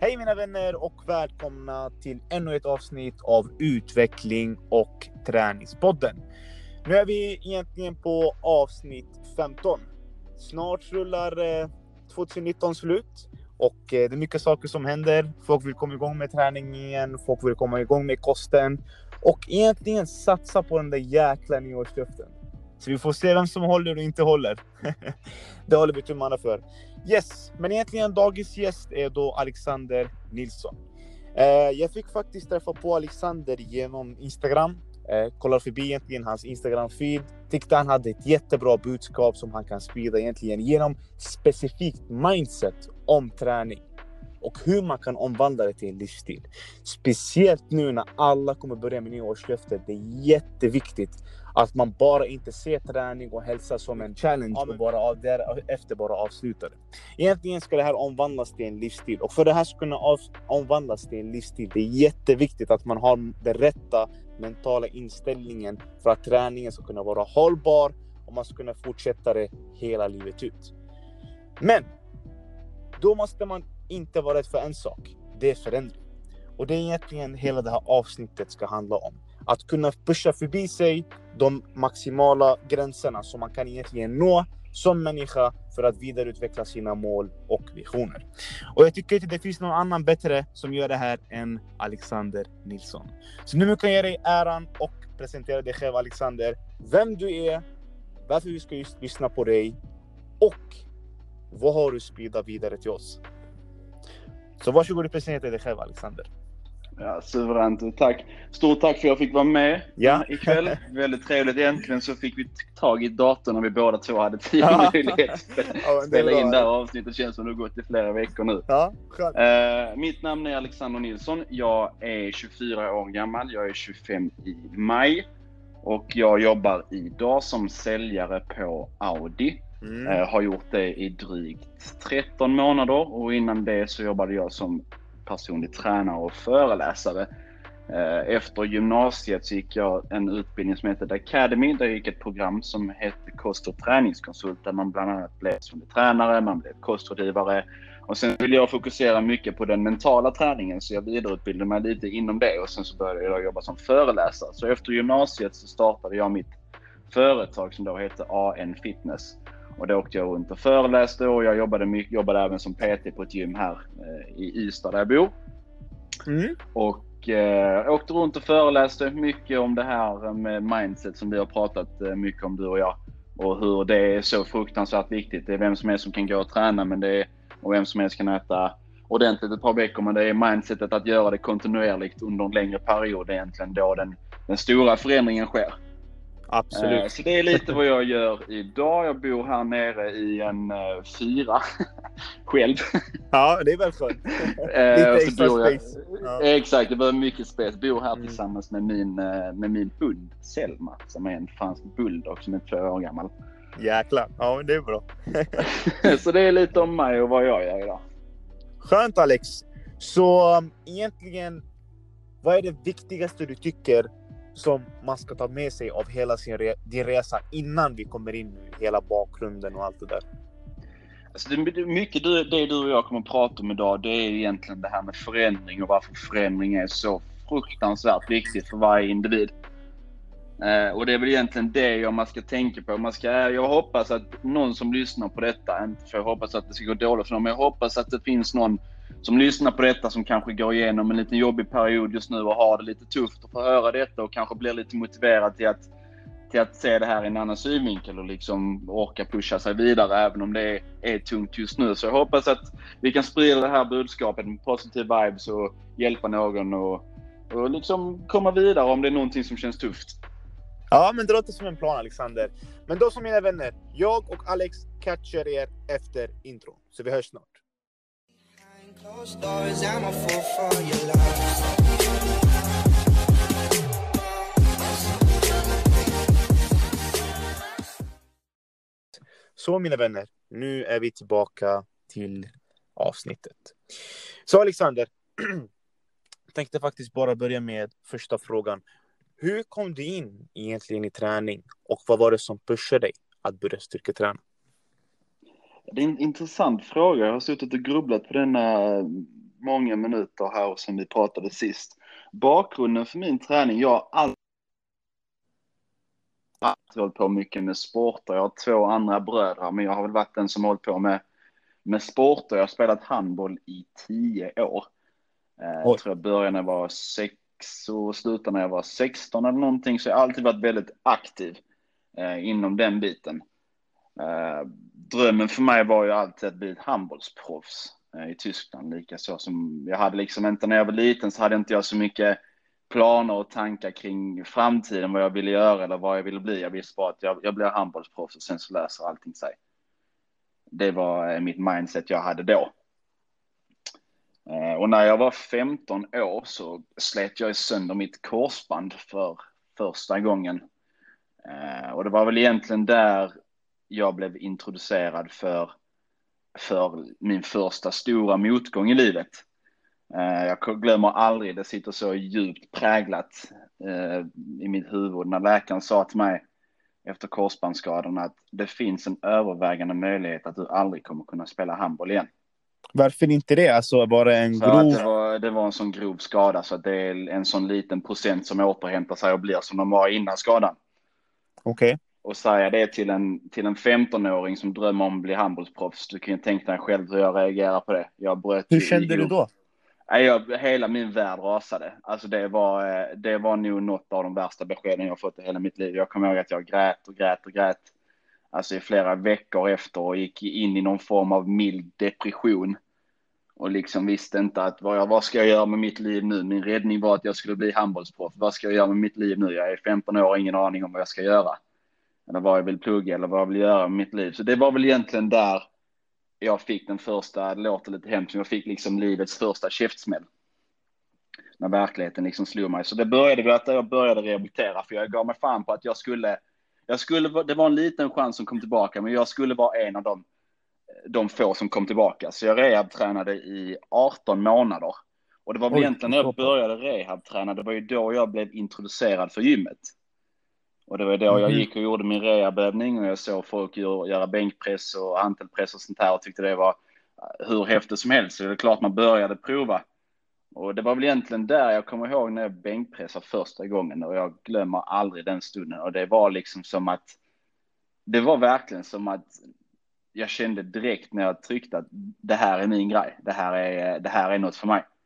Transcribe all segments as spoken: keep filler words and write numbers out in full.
Hej mina vänner och välkomna till ännu ett avsnitt av Utveckling och Träningspodden. Nu är vi egentligen på avsnitt femton. Snart rullar eh, tjugonitton slut och eh, det är mycket saker som händer. Folk vill komma igång med träningen, folk vill komma igång med kosten och egentligen satsa på den där jäkla nyårslöften. Så vi får se vem som håller och inte håller. Det håller vi tummarna för. Yes, men egentligen dagens gäst är då Alexander Nilsson. Eh, jag fick faktiskt träffa på Alexander genom Instagram. Eh, kollade förbi egentligen hans Instagram-feed. Tyckte han hade ett jättebra budskap som han kan sprida egentligen genom specifikt mindset om träning. Och hur man kan omvandla det till en livsstil. Speciellt nu när alla kommer börja med nyårslöften. Det är jätteviktigt att man bara inte ser träning och hälsa som en challenge och bara av därefter bara avsluta det. Egentligen ska det här omvandlas till en livsstil. Och för det här ska kunna av, omvandlas till en livsstil, det är jätteviktigt att man har den rätta mentala inställningen för att träningen ska kunna vara hållbar och man ska kunna fortsätta det hela livet ut. Men då måste man inte vara rädd för en sak. Det är förändring. Och det är egentligen hela det här avsnittet ska handla om. Att kunna pusha förbi sig de maximala gränserna som man kan egentligen nå som människa för att vidareutveckla sina mål och visioner. Och jag tycker inte det finns någon annan bättre som gör det här än Alexander Nilsson. Så nu kan jag ge dig äran och presentera dig själv, Alexander. Vem du är, varför vi ska just lyssna på dig och vad har du sprida vidare till oss? Så varsågod och presentera dig själv, Alexander. Ja, suveränt. Tack. Stort tack för att jag fick vara med ja. ikväll. Väldigt trevligt. Egentligen så fick vi tag i datorn när vi båda två hade tid och möjlighet att spela, ja, spela in det här avsnittet. Det känns som det har gått i flera veckor nu. Ja, uh, mitt namn är Alexander Nilsson. Jag är tjugofyra år gammal. Jag är tjugofem i maj. Och jag jobbar idag som säljare på Audi. Mm. Uh, har gjort det i drygt tretton månader. Och innan det så jobbade jag som personlig tränare och föreläsare. Efter gymnasiet så gick jag en utbildning som heter The Academy. Där jag gick ett program som hette kost- och träningskonsult. Där man bland annat blev personlig tränare, man blev kostrådgivare. Och sen ville jag fokusera mycket på den mentala träningen. Så jag vidareutbildade mig lite inom det. Och sen så började jag jobba som föreläsare. Så efter gymnasiet så startade jag mitt företag som då hette A N Fitness. Och då åkte jag runt och föreläste och jag jobbade, mycket, jobbade även som P T på ett gym här eh, i Ystad där jag bor. Mm. Och eh, åkte runt och föreläste mycket om det här med mindset som vi har pratat eh, mycket om, du och jag. Och hur det är så fruktansvärt viktigt. Det är vem som är som kan gå och träna men det är, och vem som helst kan äta ordentligt ett par veckor. Men det är mindsetet att göra det kontinuerligt under en längre period egentligen då den, den stora förändringen sker. Absolut. Så det är lite vad jag gör idag. Jag bor här nere i en uh, fyra själv. Ja, det är väl skönt. Lite extra space. Ja. Exakt, det var mycket space. Bor här mm. tillsammans med min, uh, med min hund Selma som är en fransk bulldog som är två år gammal. Jäklar, ja det är bra. Så det är lite om mig och vad jag gör idag. Skönt Alex. Så um, egentligen, vad är det viktigaste du tycker som man ska ta med sig av hela sin re- din resa innan vi kommer in i hela bakgrunden och allt det där? Alltså det, mycket det, det du och jag kommer att prata om idag, det är egentligen det här med förändring och varför förändring är så fruktansvärt viktigt för varje individ. Eh, och det är väl egentligen det man ska tänka på. Man ska, jag hoppas att någon som lyssnar på detta, inte för jag hoppas att det ska gå dåligt för någon, men jag hoppas att det finns någon som lyssnar på detta som kanske går igenom en liten jobbig period just nu och har det lite tufft att få höra detta och kanske blir lite motiverad till att, till att se det här i en annan synvinkel och liksom orka pusha sig vidare även om det är, är tungt just nu. Så jag hoppas att vi kan sprida det här budskapet med positiv vibes och hjälpa någon och, och liksom komma vidare om det är någonting som känns tufft. Ja, men det låter som en plan, Alexander. Men då som mina vänner, jag och Alex catchar er efter intro. Så vi hörs snart. Så mina vänner, nu är vi tillbaka till avsnittet. Så Alexander, tänkte faktiskt bara börja med första frågan. Hur kom du in egentligen i träning och vad var det som pushade dig att börja styrketräna? Det är en intressant fråga. Jag har suttit och grubblat på denna många minuter här sen vi pratade sist. Bakgrunden för min träning, jag har alltid hållit på mycket med sporter. Jag har två andra bröder, men jag har väl varit den som hållit på med, med sporter. Jag har spelat handboll i tio år. Eh, jag tror jag började när jag var sex och slutade när jag var sexton eller någonting. Så jag har alltid varit väldigt aktiv eh, inom den biten. Eh, drömmen för mig var ju alltid att bli ett handbollsproffs eh, i Tyskland. Lika så som jag hade liksom inte när jag var liten, så hade inte jag så mycket planer och tankar kring framtiden, vad jag ville göra eller vad jag ville bli. Jag visste bara att jag, jag blir handbollsproffs och sen så löser allting sig. Det var eh, mitt mindset jag hade då. Eh, och när jag var femton år så slet jag sönder mitt korsband för första gången. Eh, och det var väl egentligen där jag blev introducerad för, för min första stora motgång i livet. Eh, jag glömmer aldrig, det sitter så djupt präglat eh, i mitt huvud när läkaren sa till mig efter korsbandsskadan att det finns en övervägande möjlighet att du aldrig kommer kunna spela handboll igen. Varför inte det? Alltså var det en För grov... att det var, det var en sån grov skada så att det är en sån liten procent som återhämtar sig och blir som de var innan skadan. Okej. Okay. Och säga det till en, till en femton-åring som drömmer om att bli handbollsproffs. Du kan ju tänka dig själv hur jag reagerar på det. Jag bröt Hur kände du då? Jag, hela min värld rasade. Alltså det var, det var nog något av de värsta beskeden jag fått i hela mitt liv. Jag kommer ihåg att jag grät och grät och grät. Alltså i flera veckor efter och gick in i någon form av mild depression. Och liksom visste inte att vad, jag, vad ska jag göra med mitt liv nu? Min räddning var att jag skulle bli handbollsproff. Vad ska jag göra med mitt liv nu? Jag är femton år och ingen aning om vad jag ska göra. Eller vad jag vill plugga eller vad jag vill göra med mitt liv. Så det var väl egentligen där jag fick den första, det låter lite hemskt, jag fick liksom livets första käftsmäll. När verkligheten liksom slog mig. Så det började väl att jag började rehabilitera. För jag gav mig fan på att jag skulle, jag skulle, det var en liten chans som kom tillbaka. Men jag skulle vara en av dem. De få som kom tillbaka. Så jag rehabtränade i arton månader. Och det var väl Oj, egentligen när jag började rehabträna, det var ju då jag blev introducerad för gymmet. Och det var då mm. jag gick och gjorde min rehabövning och jag såg folk göra bänkpress och hantelpress och sånt här och tyckte det var hur häftigt som helst. Så det är klart man började prova. Och det var väl egentligen där jag kommer ihåg när jag bänkpressade första gången och jag glömmer aldrig den stunden. Och det var liksom som att, det var verkligen som att jag kände direkt när jag tryckte att det här är min grej. Det här är, det här är något för mig.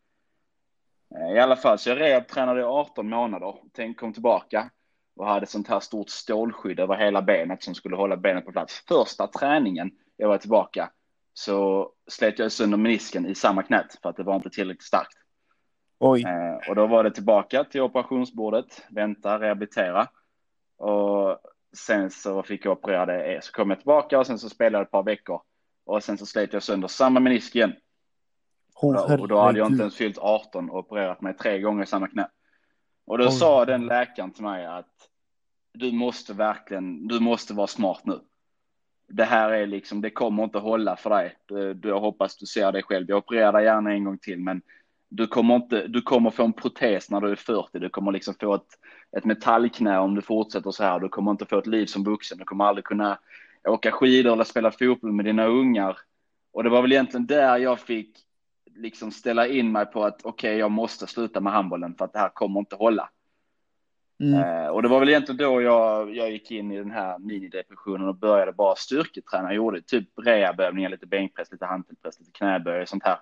I alla fall, så jag rehabtränade i arton månader. Tänk, kom tillbaka och hade sånt här stort stålskydd över hela benet som skulle hålla benet på plats. Första träningen jag var tillbaka så slet jag sönder menisken i samma knät för att det var inte tillräckligt starkt. Oj. Och då var det tillbaka till operationsbordet, vänta, rehabilitera. Och sen så fick jag operera det. Så kom jag tillbaka och sen så spelade jag ett par veckor. Och sen så slet jag sönder samma menisk igen. Oh, och då hade jag inte ens fyllt arton och opererat mig tre gånger i samma knä. Och då oh. sa den läkaren till mig att du måste verkligen, du måste vara smart nu. Det här är liksom, det kommer inte hålla för dig. Du, du, jag hoppas du ser det själv. Jag opererar dig gärna en gång till, men du kommer inte, du kommer få en protes när du är fyrtio. Du kommer liksom få ett, ett metallknä om du fortsätter så här. Du kommer inte få ett liv som vuxen. Du kommer aldrig kunna åka skidor eller spela fotboll med dina ungar. Och det var väl egentligen där jag fick liksom ställa in mig på att okej, okay, jag måste sluta med handbollen för att det här kommer inte hålla. Mm. Uh, och det var väl egentligen då jag, jag gick in i den här minidepressionen och började bara styrketräna. Jag gjorde typ rehabövningar, lite bänkpress, lite hantelpress, lite knäböj och sånt här.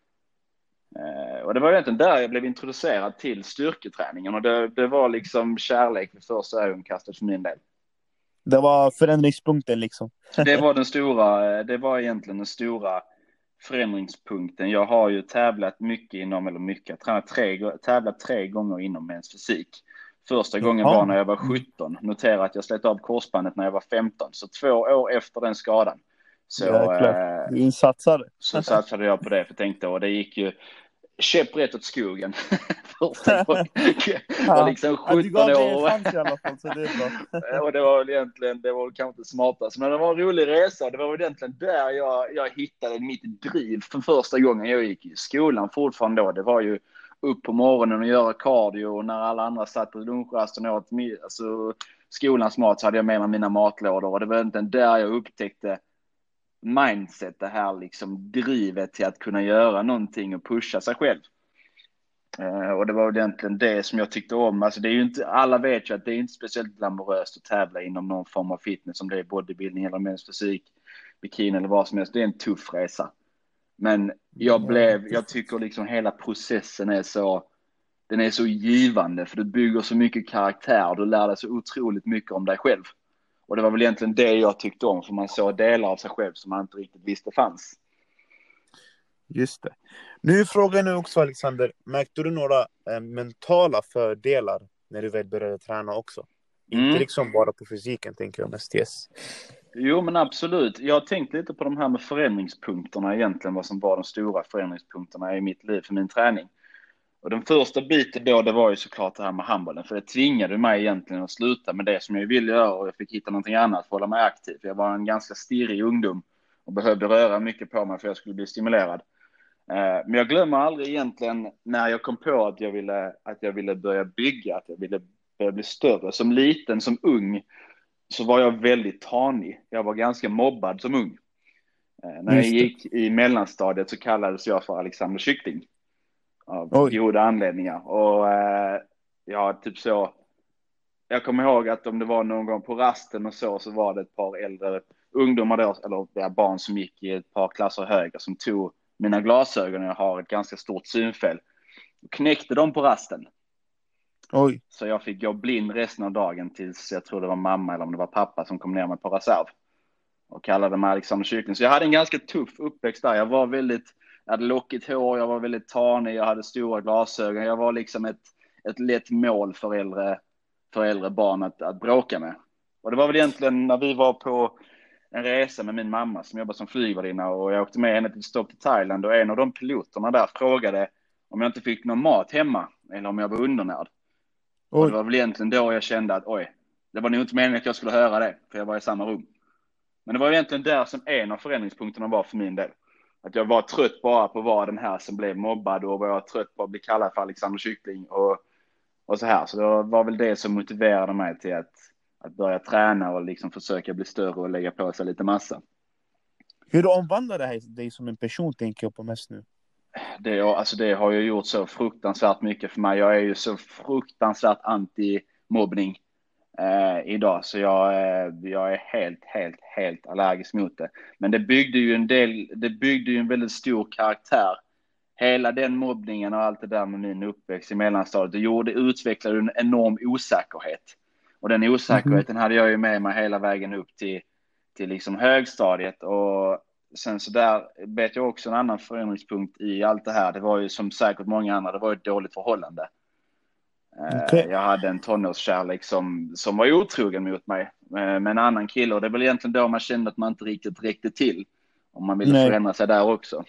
Uh, och det var egentligen där jag blev introducerad till styrketräningen. Och det, det var liksom kärlek vid första ögonkastet för min del. Det var förändringspunkten liksom. det var den stora, det var egentligen den stora förändringspunkten. Jag har ju tävlat mycket inom, eller mycket, tränat tre, tävlat tre gånger inom mäns fysik. Första gången var när jag var sjutton. Notera att jag slet av korsbandet när jag var femton. Så två år efter den skadan. Så, ja, du insatsade. så satsade jag på det. För tänkte, och det gick ju käpprätt åt skogen. Första gången. Jag var liksom sjutton år. Chans i alla fall, så det är bra. Och det var väl egentligen, det var kanske inte smartast. Men det var en rolig resa. Det var väl egentligen där jag, jag hittade mitt driv för första gången. Jag gick i skolan fortfarande då. Det var ju upp på morgonen och göra cardio, och när alla andra satt på lunchrasten och åt alltså, skolans mat, så hade jag med mig mina matlådor. Och det var inte där jag upptäckte mindset, det här liksom drivet till att kunna göra någonting och pusha sig själv. Uh, och det var väl egentligen det som jag tyckte om. Alltså det är ju inte, alla vet ju att det är inte speciellt glamoröst att tävla inom någon form av fitness, som det är bodybuilding eller mäns fysik, bikini eller vad som helst. Det är en tuff resa. Men jag blev, jag tycker liksom hela processen är så, den är så givande, för du bygger så mycket karaktär, du lär dig så otroligt mycket om dig själv. Och det var väl egentligen det jag tyckte om, för man såg delar av sig själv som man inte riktigt visste fanns. Just det. Nu är frågan nu också, Alexander, märkte du några eh, mentala fördelar när du väl började träna också? Mm. Inte liksom bara på fysiken, tänker jag mest. Yes. Jo, men absolut. Jag tänkte lite på de här med förändringspunkterna egentligen, vad som var de stora förändringspunkterna i mitt liv för min träning. Och den första biten då, det var ju såklart det här med handbollen, för det tvingade mig egentligen att sluta med det som jag ville göra, och jag fick hitta någonting annat för att hålla mig aktiv. Jag var en ganska stirrig ungdom och behövde röra mycket på mig för att jag skulle bli stimulerad. Men jag glömmer aldrig egentligen när jag kom på att jag ville, att jag ville börja bygga, att jag ville börja bli större. Som liten, som ung, så var jag väldigt tanig. Jag var ganska mobbad som ung. När jag gick i mellanstadiet så kallades jag för Alexander Kyckling. Av Oj. goda anledningar. Och eh, ja, typ så. Jag kommer ihåg att om det var någon gång på rasten och så, så var det ett par äldre ungdomar då, eller barn som gick i ett par klasser högre, som tog mina glasögon. Jag har ett ganska stort synfält. Och knäckte dem på rasten. Oj. Så jag fick gå blind resten av dagen tills jag tror det var mamma eller om det var pappa som kom ner mig på reserv. Och kallade mig Alexander Kyckling. Så jag hade en ganska tuff uppväxt där. Jag var väldigt, jag hade lockigt hår, jag var väldigt tanig, jag hade stora glasögon. Jag var liksom ett, ett lätt mål för äldre, för äldre barn att, att bråka med. Och det var väl egentligen när vi var på en resa med min mamma som jobbar som flygvärdinna, och jag åkte med henne till ett stopp till Thailand, och en av de piloterna där frågade om jag inte fick någon mat hemma eller om jag var undernärd. Och det var väl egentligen då jag kände att oj, det var nog inte meningen att jag skulle höra det, för jag var i samma rum. Men det var egentligen där som en av förändringspunkterna var för min del. Att jag var trött bara på att vara den här som blev mobbad, och var trött på att bli kallad för Alexander Kyckling och, och så här. Så det var väl det som motiverade mig till att, att börja träna och liksom försöka bli större och lägga på sig lite massa. Hur omvandlade det här dig som en person, tänker jag på mest nu? Det, alltså det har ju gjort så fruktansvärt mycket för mig. Jag är ju så fruktansvärt anti-mobbning eh, idag. Så jag, eh, jag är helt, helt, helt allergisk mot det. Men det byggde ju en del, det byggde ju en väldigt stor karaktär. Hela den mobbningen och allt det där med min uppväxt i mellanstadiet, det gjorde, utvecklade en enorm osäkerhet. Och den osäkerheten mm. hade jag ju med mig hela vägen upp till, till liksom högstadiet. Och sen så där vet jag också en annan förändringspunkt i allt det här. Det var ju som säkert många andra, det var ett dåligt förhållande. Okay. Jag hade en tonårskärlek som, som var otrogen mot mig med en annan kille. Och det är väl egentligen då man kände att man inte riktigt räckte till. Om man ville Nej. förändra sig där också.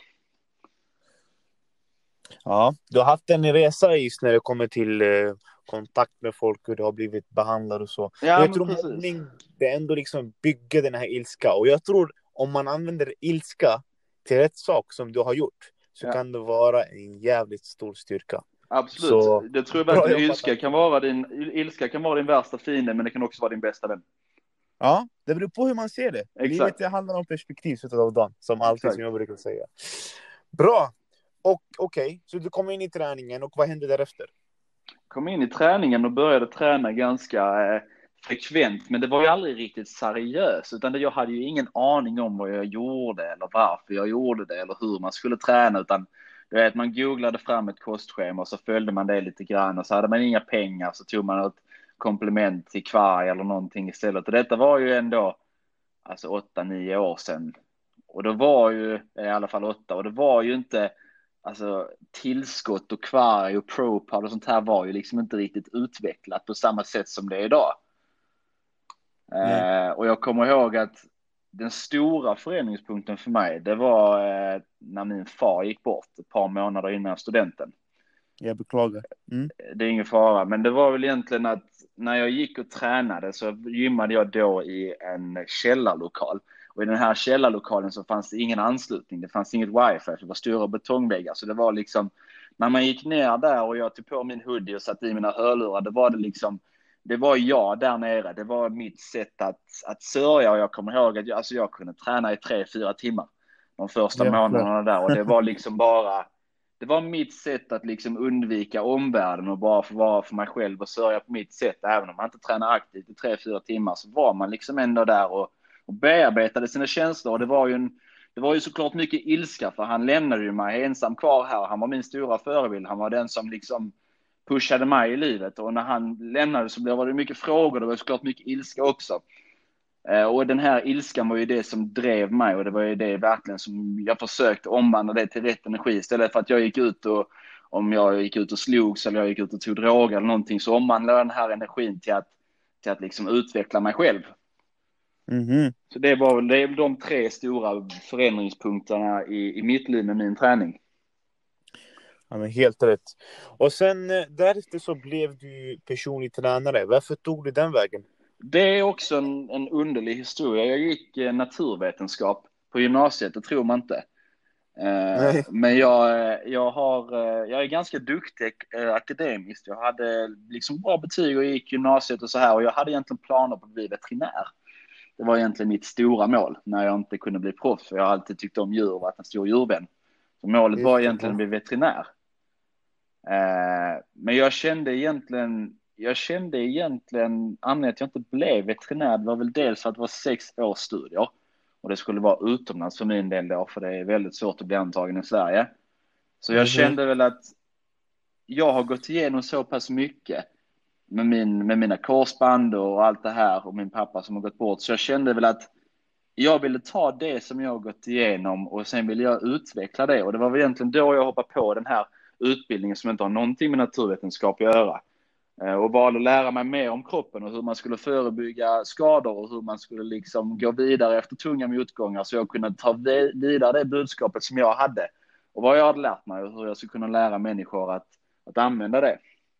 Ja, du har haft en resa just när det kommer till eh, kontakt med folk och du har blivit behandlad och så. Ja, jag tror mobbning, det ändå liksom bygger den här ilska. Och jag tror om man använder ilska till rätt sak som du har gjort, så ja. kan det vara en jävligt stor styrka. Absolut. Så, det tror jag att ilska kan vara din ilska kan vara din värsta fiende, men det kan också vara din bästa vän. Ja, det beror på hur man ser det. Exakt. Livet det handlar om perspektiv, så av dagen, som alltid Exakt. som jag brukar säga. Bra. Och okej, okay, så du kom in i träningen och vad hände därefter? Kom in i träningen och började träna ganska eh, frekvent, men det var ju aldrig riktigt seriöst, utan det, jag hade ju ingen aning om vad jag gjorde eller varför jag gjorde det eller hur man skulle träna, utan du vet, man googlade fram ett kostschema och så följde man det lite grann, och så hade man inga pengar så tog man ett komplement till kvarg eller någonting istället. Och detta var ju ändå alltså åtta, nio år sedan, och det var ju i alla fall åtta, och det var ju inte alltså tillskott och kvarg och propad och sånt här var ju liksom inte riktigt utvecklat på samma sätt som det är idag. Mm. Eh, och jag kommer ihåg att den stora förändringspunkten för mig, det var eh, när min far gick bort ett par månader innan studenten. Jag beklagar. Mm. Det är ingen fara, men det var väl egentligen att när jag gick och tränade så gymmade jag då i en källarlokal. Och i den här källarlokalen så fanns det ingen anslutning. Det fanns inget wifi. Det var stora betongväggar. Så det var liksom, när man gick ner där och jag tog på min hoodie och satt i mina hörlurar, det var det liksom det var jag där nere. Det var mitt sätt att, att sörja. Och jag kommer ihåg att jag, alltså jag kunde träna i tre, fyra timmar de första Jäklar. månaderna där. Och det var liksom bara, det var mitt sätt att liksom undvika omvärlden och bara få vara för mig själv och sörja på mitt sätt. Även om man inte tränar aktivt i tre, fyra timmar så var man liksom ändå där och, och bearbetade sina känslor. Och det var ju en, det var ju såklart mycket ilska, för han lämnade ju mig ensam kvar här. Han var min stora förebild. Han var den som liksom pushade mig i livet. Och när han lämnade så var det mycket frågor. Det var såklart mycket ilska också. Och den här ilskan var ju det som drev mig. Och det var ju det verkligen som jag försökte omvandla det till rätt energi. Istället för att jag gick ut och, om jag gick ut och slogs eller jag gick ut och tog droger eller någonting, så omvandlade jag den här energin till att, till att liksom utveckla mig själv. Mm-hmm. Så det var väl det, de tre stora förändringspunkterna i, i mitt liv med min träning. Ja, men helt rätt. Och sen därefter så blev du personlig tränare. Varför tog du den vägen? Det är också en, en underlig historia. Jag gick eh, naturvetenskap på gymnasiet, det tror man inte. Eh, men jag, jag, har, eh, jag är ganska duktig eh, akademiskt. Jag hade liksom bra betyg och gick gymnasiet och så här. Och jag hade egentligen planer på att bli veterinär. Det var egentligen mitt stora mål när jag inte kunde bli proff. Jag har alltid tyckt om djur och varit en stor djurvän. Så målet var egentligen att bli veterinär. Eh, men jag kände egentligen... Jag kände egentligen anledningen att jag inte blev veterinär var väl dels för att det var sex års studier. Och det skulle vara utomlands för min del då, för det är väldigt svårt att bli antagen i Sverige. Så jag mm-hmm. kände väl att jag har gått igenom så pass mycket med, min, med mina korsband och allt det här och min pappa som har gått bort. Så jag kände väl att jag ville ta det som jag har gått igenom och sen ville jag utveckla det. Och det var väl egentligen då jag hoppade på den här utbildningen som inte har någonting med naturvetenskap att göra. Och valde att lära mig mer om kroppen och hur man skulle förebygga skador och hur man skulle liksom gå vidare efter tunga motgångar, så jag kunde ta vidare det budskapet som jag hade och vad jag hade lärt mig och hur jag skulle kunna lära människor att, att använda det.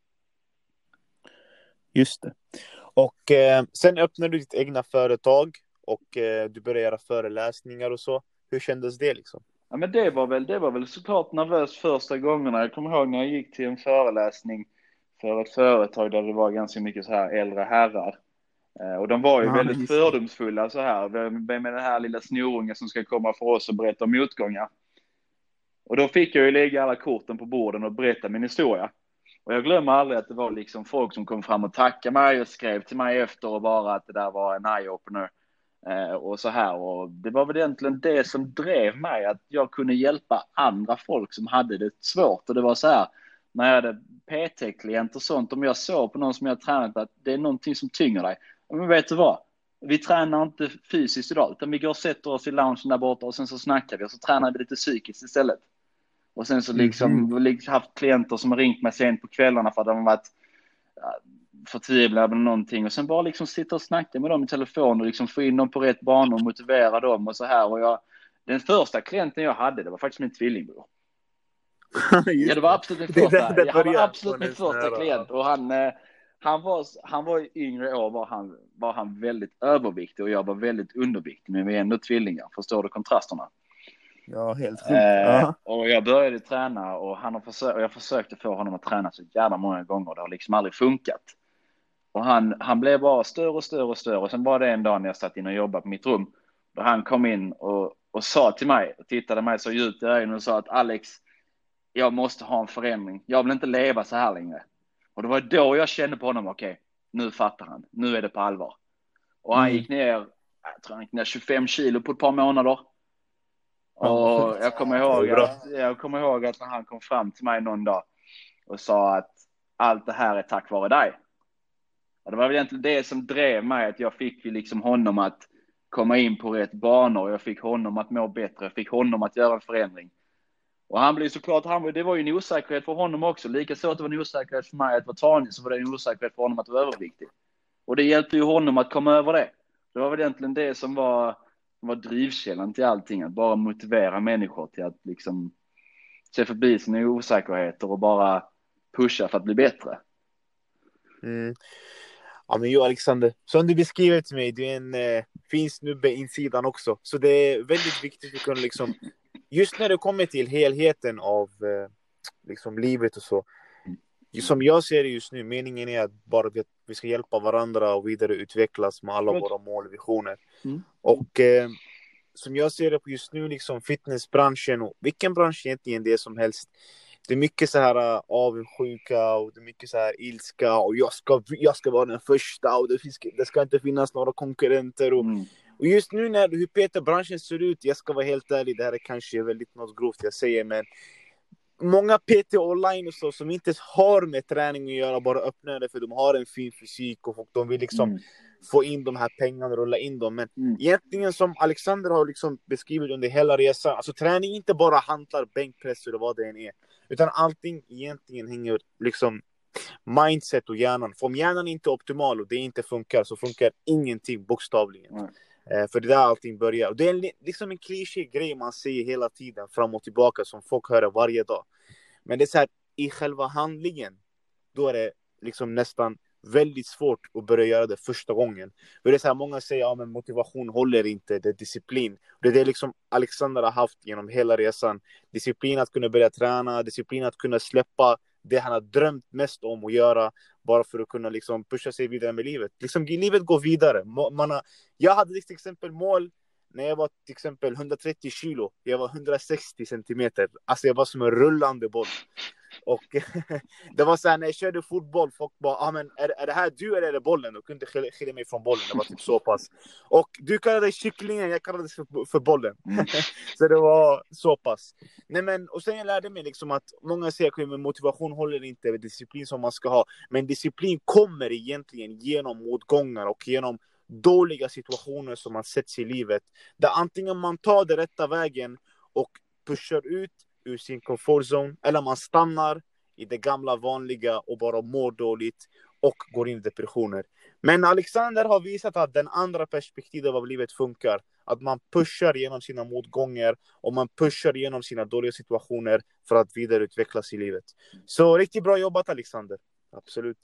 Just det. Och eh, sen öppnade du ditt egna företag och eh, du började göra föreläsningar och så. Hur kändes det liksom? Ja, men det var väl, det var väl såklart nervöst första gångerna. Jag kommer ihåg när jag gick till en föreläsning för ett företag där det var ganska mycket så här äldre herrar. Eh, och de var ju ja, väldigt fördomsfulla så här. Med, med den här lilla snorungen som ska komma för oss och berätta om motgångar. Och då fick jag ju lägga alla korten på borden och berätta min historia. Och jag glömmer aldrig att det var liksom folk som kom fram och tackade mig och skrev till mig efter och bara att det där var en eye-opener. Eh, och så här. Och det var väl egentligen det som drev mig, att jag kunde hjälpa andra folk som hade det svårt. Och det var så här, när jag hade P T-klient och sånt, om jag såg på någon som jag tränat att det är någonting som tynger dig. Men vet du vad? Vi tränar inte fysiskt idag, utan vi går och sätter oss i loungen där borta och sen så snackar vi och så tränar vi lite psykiskt istället. Och sen så liksom, mm. vi har haft klienter som har ringt mig sent på kvällarna för att de har varit förtvivlade eller någonting. Och sen bara liksom sitta och snacka med dem i telefon och liksom få in dem på rätt banor och motivera dem och så här. Och jag, den första klienten jag hade, det var faktiskt min tvillingbror. Ja, det var absolut min första. Det, det han var absolut min första klient. Och han, han var, han var i yngre år var han, var han väldigt överviktig och jag var väldigt underviktig. Men vi är ändå tvillingar. Förstår du kontrasterna? Ja, helt sjukt. Eh, och jag började träna och, han har försökt, och jag försökte få honom att träna så jävla många gånger. Det har liksom aldrig funkat. Och han, han blev bara större och större och större. Och sen var det en dag när jag satt in och jobbade på mitt rum. Då han kom in och, och sa till mig, och tittade mig så djupt i ögonen och sa att Alex, jag måste ha en förändring. Jag vill inte leva så här längre. Och det var då jag kände på honom, okej, okay, nu fattar han. Nu är det på allvar. Och han mm. gick ner, jag tror han gick ner tjugofem kilo på ett par månader. Och jag kommer ihåg att, jag kommer ihåg att när han kom fram till mig någon dag och sa att allt det här är tack vare dig. Och det var väl egentligen det som drev mig, att jag fick ju liksom honom att komma in på rätt banor. Jag fick honom att må bättre. Jag fick honom att göra en förändring. Och han blev såklart, han, det var ju en osäkerhet för honom också. Likaså att det var en osäkerhet för mig att vara tanig, så var det en osäkerhet för honom att vara överviktig. Och det hjälpte ju honom att komma över det. Det var väl egentligen det som var, var drivkällan till allting. Att bara motivera människor till att liksom se förbi sina osäkerheter och bara pusha för att bli bättre. Mm. Ja, men ju Alexander, som du beskriver till mig, du är en eh, fin snubbe insidan också. Så det är väldigt viktigt att kunna liksom, just när det kommer till helheten av eh, liksom livet och så, som jag ser det just nu, meningen är att bara vi, vi ska hjälpa varandra och vidareutvecklas med alla Good. våra mål och visioner. Mm. Och eh, som jag ser det på just nu, liksom fitnessbranschen och vilken bransch egentligen det är som helst. Det är mycket så här uh, avundsjuka och det är mycket så här ilska och jag ska, jag ska vara den första och det, finns, det ska inte finnas några konkurrenter. Och, Mm. och just nu när hur Peter-branschen ser ut, jag ska vara helt ärlig, det här är kanske väldigt något grovt jag säger, men många P T online och så som inte ens har med träning att göra, bara öppnar det för de har en fin fysik och de vill liksom Mm. få in de här pengarna och rulla in dem. Men Mm. egentligen som Alexander har liksom beskrivit under hela resan, alltså träning inte bara handlar bänkpress eller vad det än är, utan allting egentligen hänger liksom mindset och hjärnan. För om hjärnan inte är optimal och det inte funkar, så funkar ingenting bokstavligen. Mm. Eh, för det där allting börjar. Och det är liksom en kliché grej man säger hela tiden fram och tillbaka som folk hör varje dag. Men det är så här, i själva handlingen, då är det liksom nästan väldigt svårt att börja göra det första gången. För det är så här, många säger att ja, motivation håller inte, det är disciplin. Det är det liksom Alexander har haft genom hela resan. Disciplin att kunna börja träna, disciplin att kunna släppa det han har drömt mest om att göra, bara för att kunna liksom pusha sig vidare med livet. Liksom livet går vidare. Man har, jag hade till exempel mål när jag var till exempel hundratrettio kilo. Jag var hundrasextio centimeter. Alltså jag var som en rullande boll. Och det var så här när jag körde fotboll, folk bara, ah, men är, är det här du eller är det bollen? Och kunde skilja, skilja mig från bollen, det var typ så pass. Och du kallade dig kycklingen, jag kallade dig för, för bollen. Mm. Så det var så pass. Nej, men, och sen jag lärde mig liksom att många säger att motivation håller inte, med disciplin som man ska ha. Men disciplin kommer egentligen genom motgångar och genom dåliga situationer som man sätts i livet. Där antingen man tar det rätta vägen och pushar ut ur sin comfort zone, eller man stannar i det gamla vanliga och bara mår dåligt och går in i depressioner. Men Alexander har visat att den andra perspektivet av livet funkar. Att man pushar genom sina motgångar och man pushar genom sina dåliga situationer för att vidareutvecklas i livet. Så riktigt bra jobbat, Alexander. Absolut.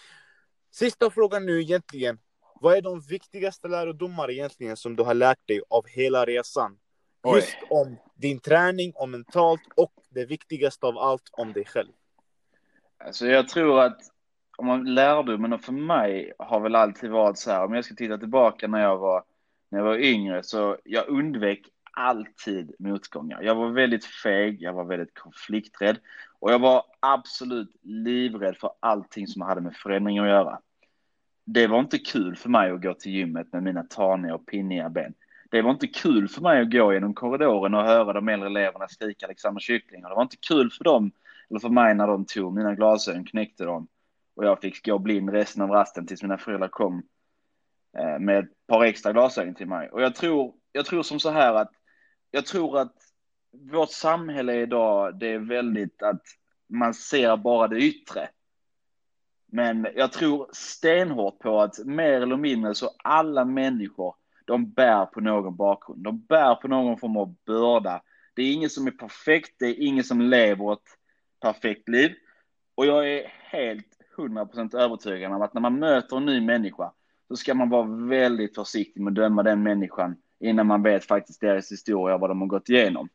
Sista frågan nu egentligen. Vad är de viktigaste lärdomar egentligen som du har lärt dig av hela resan? Just Oj. Om din träning, om mentalt och det viktigaste av allt, om dig själv. Alltså jag tror att om man lärdomen för mig har väl alltid varit så här, om jag ska titta tillbaka när jag var när jag var yngre, så jag undvek alltid motgångar. Jag var väldigt feg, jag var väldigt konflikträdd och jag var absolut livrädd för allting som hade med förändring att göra. Det var inte kul för mig att gå till gymmet med mina taniga och pinniga ben. Det var inte kul för mig att gå genom korridoren och höra de äldre eleverna skrika Alexander Kyckling. Det var inte kul för dem, eller för mig, när de tog mina glasögon, knäckte dem. Och jag fick gå blind resten av rasten tills mina föräldrar kom med ett par extra glasögon till mig. Och jag tror, jag tror som så här att jag tror att vårt samhälle idag, det är väldigt att man ser bara det yttre. Men jag tror stenhårt på att mer eller mindre så alla människor, de bär på någon bakgrund. De bär på någon form av börda. Det är ingen som är perfekt. Det är ingen som lever ett perfekt liv. Och jag är helt hundra procent övertygad om att när man möter en ny människa, så ska man vara väldigt försiktig med att döma den människan innan man vet faktiskt deras historia och vad de har gått igenom.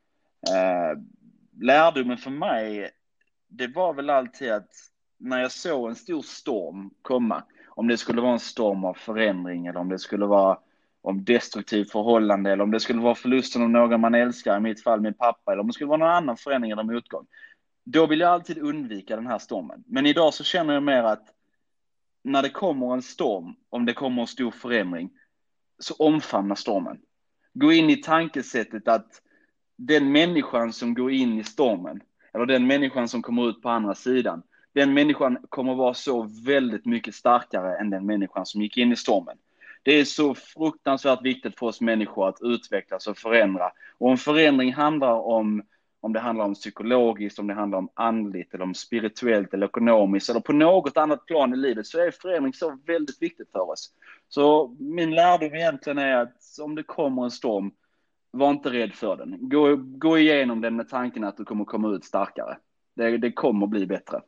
Eh, lärdomen för mig, det var väl alltid att när jag såg en stor storm komma, om det skulle vara en storm av förändring eller om det skulle vara om destruktivt förhållande eller om det skulle vara förlusten av någon man älskar, i mitt fall min pappa, eller om det skulle vara någon annan förändring eller motgång, då vill jag alltid undvika den här stormen. Men idag så känner jag mer att när det kommer en storm, om det kommer en stor förändring, så omfamna stormen. Gå in i tankesättet att den människan som går in i stormen, eller den människan som kommer ut på andra sidan, den människan kommer vara så väldigt mycket starkare än den människan som gick in i stormen. Det är så fruktansvärt viktigt för oss människor att utvecklas och förändra. Och om förändring handlar om, om det handlar om psykologiskt, om det handlar om andligt eller om spirituellt eller ekonomiskt eller på något annat plan i livet, så är förändring så väldigt viktigt för oss. Så min lärdom egentligen är att om det kommer en storm, var inte rädd för den. Gå, gå igenom den med tanken att du kommer komma ut starkare. Det, det kommer bli bättre.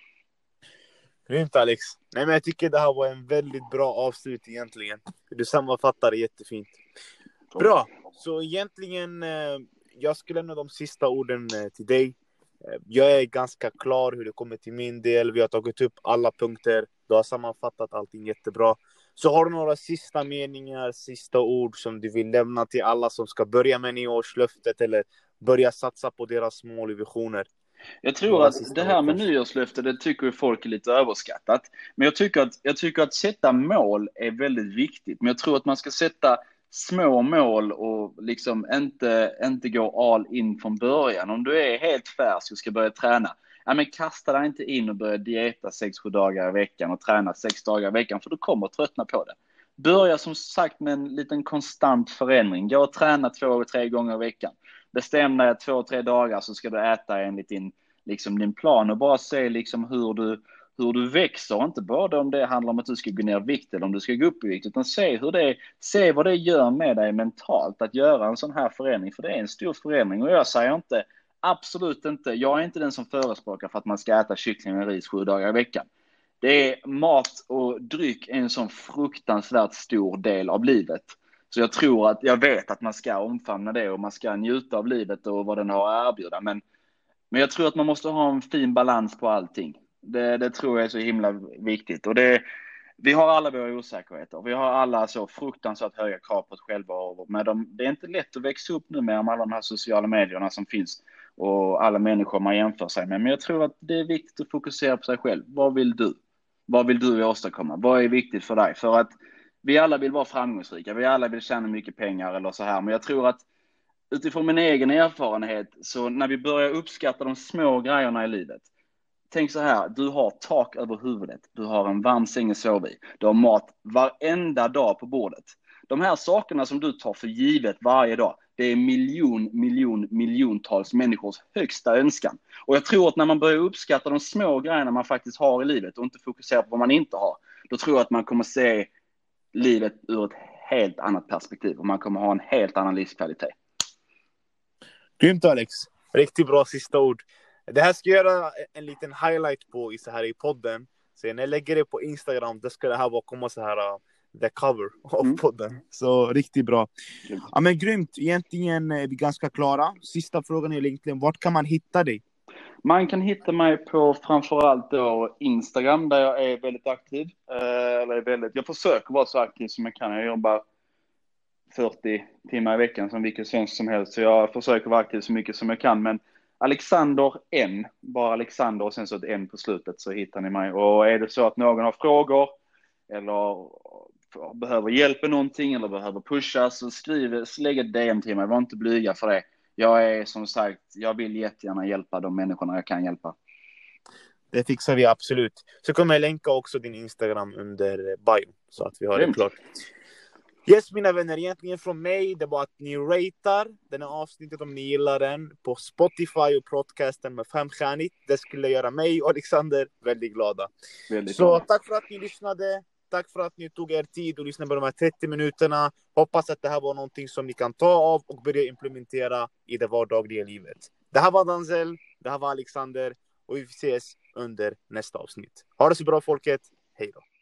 Grymt, Alex. Nej, men jag tycker det här var en väldigt bra avslut egentligen. Du sammanfattar det jättefint. Bra. Så egentligen, eh, jag skulle lämna de sista orden eh, till dig. Jag är ganska klar hur det kommer till min del. Vi har tagit upp alla punkter. Du har sammanfattat allting jättebra. Så har du några sista meningar, sista ord som du vill lämna till alla som ska börja med nyårslöftet eller börja satsa på deras mål och visioner? Jag tror att det här med nyårslöfte, det tycker ju folk är lite överskattat. Men jag tycker att, jag tycker att sätta mål är väldigt viktigt. Men jag tror att man ska sätta små mål och liksom inte, inte gå all in från början. Om du är helt färsk och ska börja träna, ja, men kasta dig inte in och börja dieta sex sju dagar i veckan och träna sex dagar i veckan, för du kommer att tröttna på det. Börja som sagt med en liten konstant förändring. Gå och träna två, tre gånger i veckan. Bestäm dig att två, tre dagar så ska du äta enligt din, liksom din plan och bara se liksom hur du, hur du växer. Inte bara om det handlar om att du ska gå ner i vikt eller om du ska gå upp i vikt, utan se, hur det, se vad det gör med dig mentalt att göra en sån här förändring. För det är en stor förändring och jag säger inte, absolut inte, jag är inte den som förespråkar för att man ska äta kyckling och ris sju dagar i veckan. Det är mat och dryck är en sån fruktansvärt stor del av livet. Så jag tror att, jag vet att man ska omfamna det och man ska njuta av livet och vad den har att erbjuda. Men, men jag tror att man måste ha en fin balans på allting. Det, det tror jag är så himla viktigt. Och det, vi har alla våra osäkerheter. Vi har alla så fruktansvärt höga krav på oss själva. Men de, det är inte lätt att växa upp nu med alla de här sociala medierna som finns. Och alla människor man jämför sig med. Men jag tror att det är viktigt att fokusera på sig själv. Vad vill du? Vad vill du åstadkomma? Vad är viktigt för dig? För att vi alla vill vara framgångsrika. Vi alla vill tjäna mycket pengar eller så här. Men jag tror att utifrån min egen erfarenhet, så när vi börjar uppskatta de små grejerna i livet. Tänk så här, du har tak över huvudet. Du har en varm säng att sova i. Du har mat varenda dag på bordet. De här sakerna som du tar för givet varje dag, det är miljon, miljon, miljontals människors högsta önskan. Och jag tror att när man börjar uppskatta de små grejerna man faktiskt har i livet och inte fokusera på vad man inte har, då tror jag att man kommer se livet ur ett helt annat perspektiv och man kommer ha en helt annan livskvalitet. Grymt Alex, riktigt bra sista ord. Det här ska jag göra en liten highlight på i, så här i podden. Så när jag lägger det på Instagram, då ska det här vara komma så här uh, the cover av mm. podden. Så riktigt bra. Mm. Ja men grymt, egentligen är vi ganska klara. Sista frågan är egentligen, vart kan man hitta dig? Man kan hitta mig på framförallt då Instagram där jag är väldigt aktiv. Eller är väldigt, jag försöker vara så aktiv som jag kan. Jag jobbar fyrtio timmar i veckan som vilken svensk som helst. Så jag försöker vara aktiv så mycket som jag kan. Men Alexander N, bara Alexander och sen så ett N på slutet, så hittar ni mig. Och är det så att någon har frågor eller behöver hjälp med någonting eller behöver pushas, så skriv, lägg ett D M till mig. Var inte blyga för det. Jag är som sagt, jag vill jättegärna hjälpa de människorna jag kan hjälpa. Det fixar vi absolut. Så kommer jag länka också din Instagram under bio så att vi har Grymt. Det klart. Yes, mina vänner, egentligen från mig, det var att ni ratear den här avsnittet om ni gillar den på Spotify och podcasten med femstjärnigt. Det skulle göra mig och Alexander väldigt glada. Väldigt Så glada. Tack för att ni lyssnade. Tack för att ni tog er tid och lyssnade på de här trettio minuterna. Hoppas att det här var någonting som ni kan ta av och börja implementera i det vardagliga livet. Det här var Danzel, det här var Alexander och vi ses under nästa avsnitt. Ha det så bra folket, hej då.